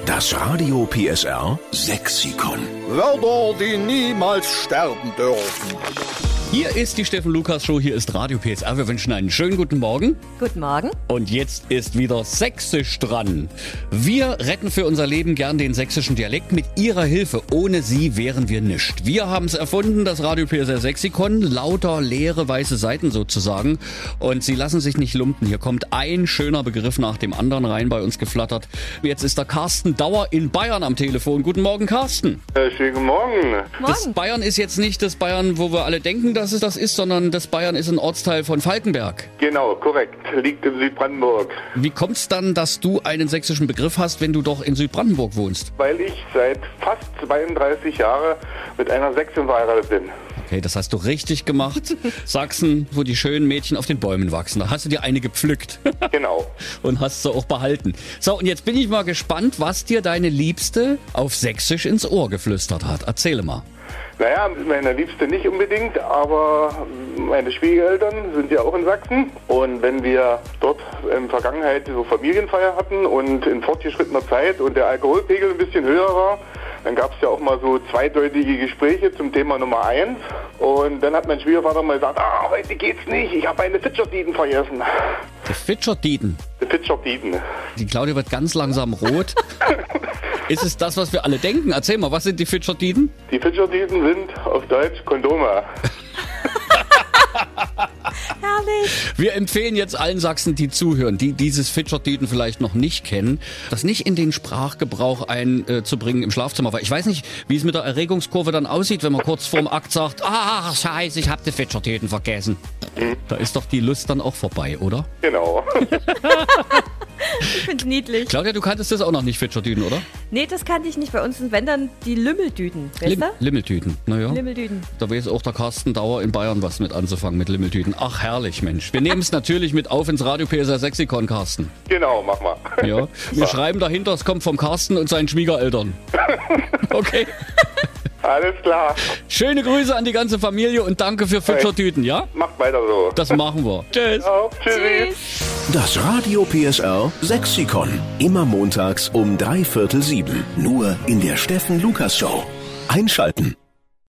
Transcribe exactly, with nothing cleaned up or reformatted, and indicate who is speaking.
Speaker 1: Das Radio P S R Sexikon.
Speaker 2: Wörter, die niemals sterben dürfen.
Speaker 3: Hier ist die Steffen Lukas Show, hier ist Radio P S R. Wir wünschen einen schönen guten Morgen.
Speaker 4: Guten Morgen.
Speaker 3: Und jetzt ist wieder Sächsisch dran. Wir retten für unser Leben gern den sächsischen Dialekt. Mit Ihrer Hilfe, ohne Sie wären wir nischt. Wir haben es erfunden, das Radio P S R Sexikon. Lauter leere weiße Seiten sozusagen. Und Sie lassen sich nicht lumpen. Hier kommt ein schöner Begriff nach dem anderen rein bei uns geflattert. Jetzt ist der Carsten Dauer in Bayern am Telefon. Guten Morgen, Carsten.
Speaker 5: Äh, schönen guten Morgen.
Speaker 3: Das Bayern ist jetzt nicht das Bayern, wo wir alle denken, dass es das ist, sondern das Bayern ist ein Ortsteil von Falkenberg.
Speaker 5: Genau, korrekt. Liegt in Südbrandenburg.
Speaker 3: Wie kommt es dann, dass du einen sächsischen Begriff hast, wenn du doch in Südbrandenburg wohnst?
Speaker 5: Weil ich seit fast zweiunddreißig Jahren mit einer Sächsin verheiratet bin.
Speaker 3: Okay, das hast du richtig gemacht. Sachsen, wo die schönen Mädchen auf den Bäumen wachsen. Da hast du dir eine gepflückt.
Speaker 5: Genau.
Speaker 3: Und hast sie auch behalten. So, und jetzt bin ich mal gespannt, was dir deine Liebste auf Sächsisch ins Ohr geflüstert hat. Erzähle mal.
Speaker 5: Naja, meine Liebste nicht unbedingt, aber meine Schwiegereltern sind ja auch in Sachsen. Und wenn wir dort in der Vergangenheit so Familienfeier hatten und in fortgeschrittener Zeit und der Alkoholpegel ein bisschen höher war, dann gab es ja auch mal so zweideutige Gespräche zum Thema Nummer eins. Und dann hat mein Schwiegervater mal gesagt, ah, heute geht's nicht, ich habe eine Fitschertiten vergessen.
Speaker 3: Die Fitschertiten?
Speaker 5: Die Fitschertiten.
Speaker 3: Die Claudia wird ganz langsam rot. Ist es das, was wir alle denken? Erzähl mal, was sind die Fitschertiten?
Speaker 5: Die Fitschertiten sind auf Deutsch Kondome.
Speaker 4: Herrlich.
Speaker 3: Wir empfehlen jetzt allen Sachsen, die zuhören, die dieses Fitschertiten vielleicht noch nicht kennen, das nicht in den Sprachgebrauch einzubringen äh, im Schlafzimmer. Weil ich weiß nicht, wie es mit der Erregungskurve dann aussieht, wenn man kurz vorm Akt sagt, ach scheiße, ich hab die Fitschertiten vergessen. Mhm. Da ist doch die Lust dann auch vorbei, oder?
Speaker 5: Genau.
Speaker 4: Ich find's niedlich.
Speaker 3: Claudia, du kanntest das auch noch nicht, Fitschertüten, oder?
Speaker 4: Nee, das kannte ich nicht. Bei uns sind, wenn dann, die Lümmeltüten. Weißt
Speaker 3: Lim-
Speaker 4: du?
Speaker 3: Limmeltüten, naja.
Speaker 4: Limmeltüten.
Speaker 3: Da weiß auch der Carsten Dauer in Bayern was mit anzufangen, mit Limmeltüten. Ach, herrlich, Mensch. Wir nehmen es natürlich mit auf ins Radio P S R Sexikon, Carsten.
Speaker 5: Genau, mach mal.
Speaker 3: Ja, wir ja. schreiben dahinter, es kommt vom Carsten und seinen Schwiegereltern. Okay.
Speaker 5: Alles klar.
Speaker 3: Schöne Grüße an die ganze Familie und danke für Fitschertüten, ja?
Speaker 5: Macht weiter so.
Speaker 3: Das machen wir. Tschüss.
Speaker 5: Ja, tschüssi.
Speaker 4: Tschüss.
Speaker 1: Das Radio P S R Sexikon. Immer montags um drei Viertel sieben. Nur in der Steffen Lukas Show. Einschalten.